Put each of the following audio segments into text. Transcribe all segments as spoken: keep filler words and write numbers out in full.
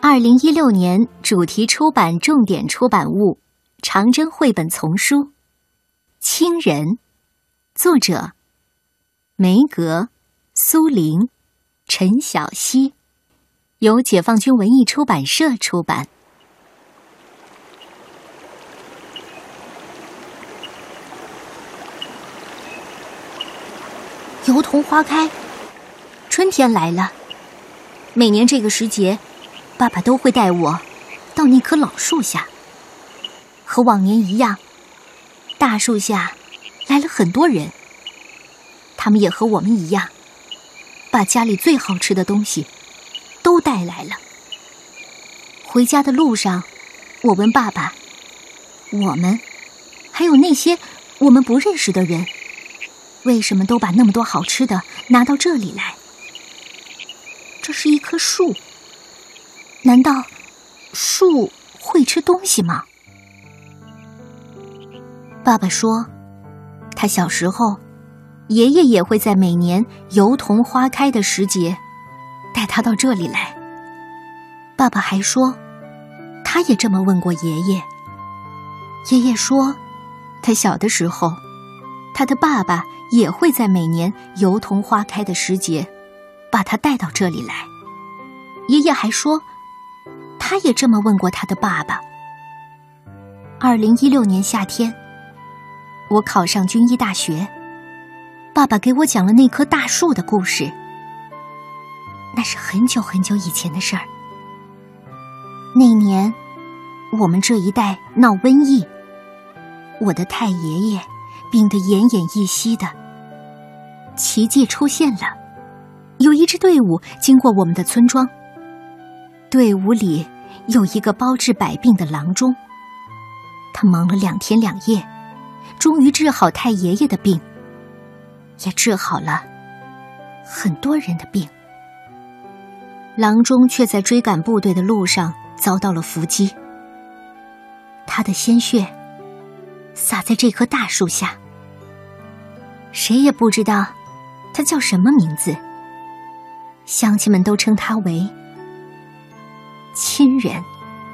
二零一六年主题出版重点出版物长征绘本丛书《亲人》，作者梅格、苏林、陈晓溪，由解放军文艺出版社出版。油桐花开，春天来了。每年这个时节，爸爸都会带我到那棵老树下。和往年一样，大树下来了很多人，他们也和我们一样，把家里最好吃的东西都带来了。回家的路上，我问爸爸，我们还有那些我们不认识的人，为什么都把那么多好吃的拿到这里来？这是一棵树，难道树会吃东西吗？爸爸说，他小时候，爷爷也会在每年油桐花开的时节，带他到这里来。爸爸还说，他也这么问过爷爷。爷爷说，他小的时候，他的爸爸也会在每年油桐花开的时节，把他带到这里来。爷爷还说，他也这么问过他的爸爸。二零一六年夏天，我考上军医大学，爸爸给我讲了那棵大树的故事。那是很久很久以前的事儿。那年，我们这一带闹瘟疫，我的太爷爷病得奄奄一息的。奇迹出现了，有一支队伍经过我们的村庄，队伍里有一个包治百病的郎中，他忙了两天两夜，终于治好太爷爷的病，也治好了很多人的病。郎中却在追赶部队的路上遭到了伏击，他的鲜血洒在这棵大树下，谁也不知道他叫什么名字，乡亲们都称他为亲人。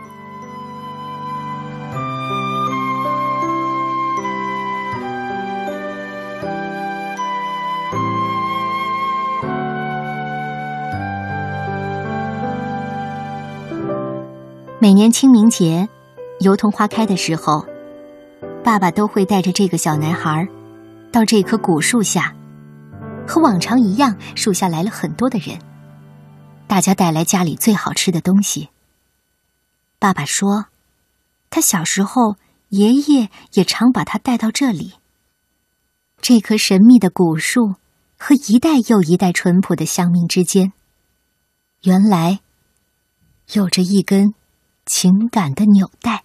每年清明节，油桐花开的时候，爸爸都会带着这个小男孩到这棵古树下。和往常一样，树下来了很多的人，大家带来家里最好吃的东西。爸爸说，他小时候爷爷也常把他带到这里。这棵神秘的古树和一代又一代淳朴的乡民之间，原来有着一根情感的纽带。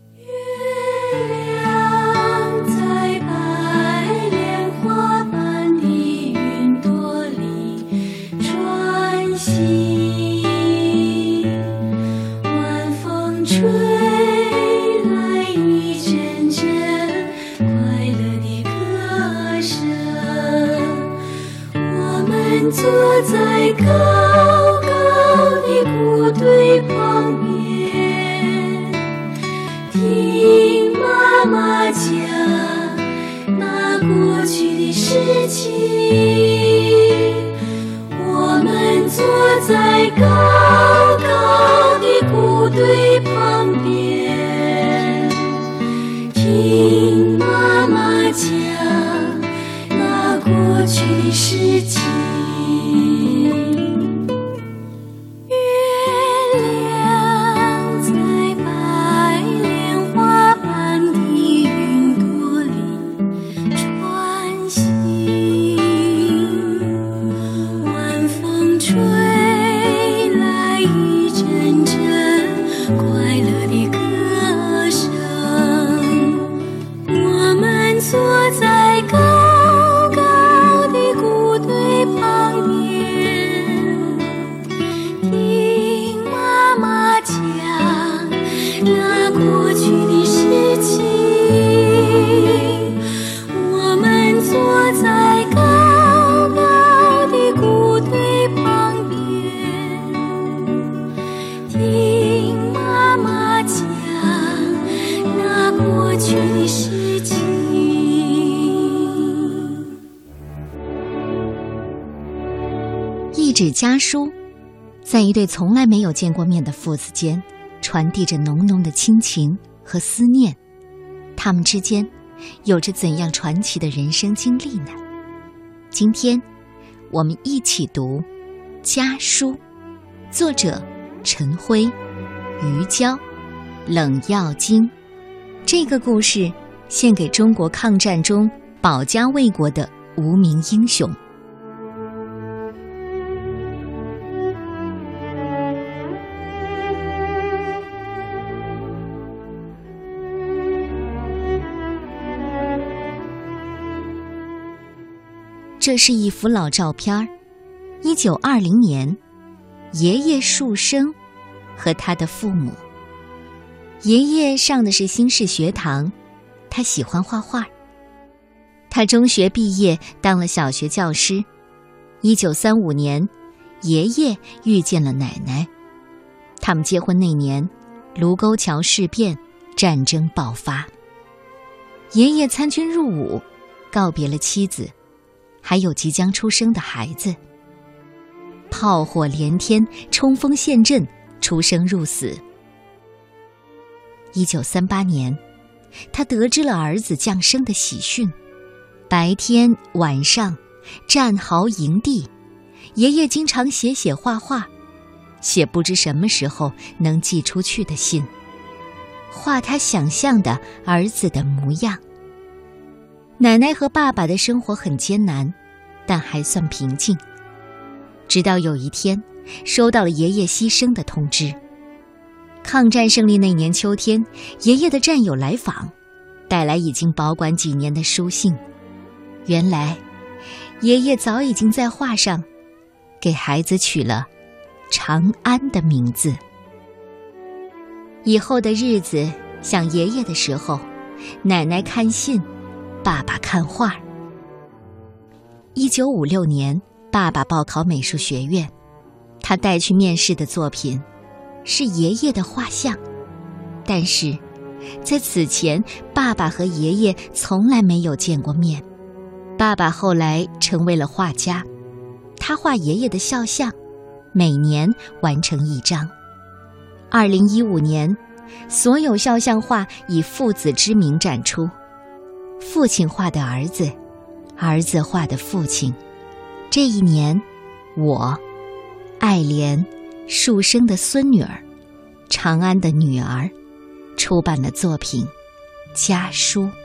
坐在高高的谷堆旁边，听妈妈讲那过去的事情。我们坐在高高的谷堆旁边， 纸家书在一对从来没有见过面的父子间传递着浓浓的亲情和思念，他们之间有着怎样传奇的人生经历呢？今天我们一起读《家书》，作者陈辉、余娇，冷药精。这个故事献给中国抗战中保家卫国的无名英雄。这是一幅老照片，一九二零年，爷爷树生和他的父母。爷爷上的是新式学堂，他喜欢画画。他中学毕业，当了小学教师。一九三五年，爷爷遇见了奶奶。他们结婚那年，卢沟桥事变，战争爆发。爷爷参军入伍，告别了妻子，还有即将出生的孩子。炮火连天，冲锋陷阵，出生入死。一九三八年，他得知了儿子降生的喜讯。白天晚上，战壕营地，爷爷经常写写画画，写不知什么时候能寄出去的信，画他想象的儿子的模样。奶奶和爸爸的生活很艰难，但还算平静。直到有一天，收到了爷爷牺牲的通知。抗战胜利那年秋天，爷爷的战友来访，带来已经保管几年的书信。原来，爷爷早已经在画上给孩子取了长安的名字。以后的日子，想爷爷的时候，奶奶看信，爸爸看画。一九五六年，爸爸报考美术学院，他带去面试的作品是爷爷的画像。但是在此前，爸爸和爷爷从来没有见过面。爸爸后来成为了画家，他画爷爷的肖像，每年完成一张。二零一五年，所有肖像画以父子之名展出，父亲画的儿子，儿子画的父亲。这一年，我爱莲树生的孙女儿，长安的女儿，出版了作品《家书》。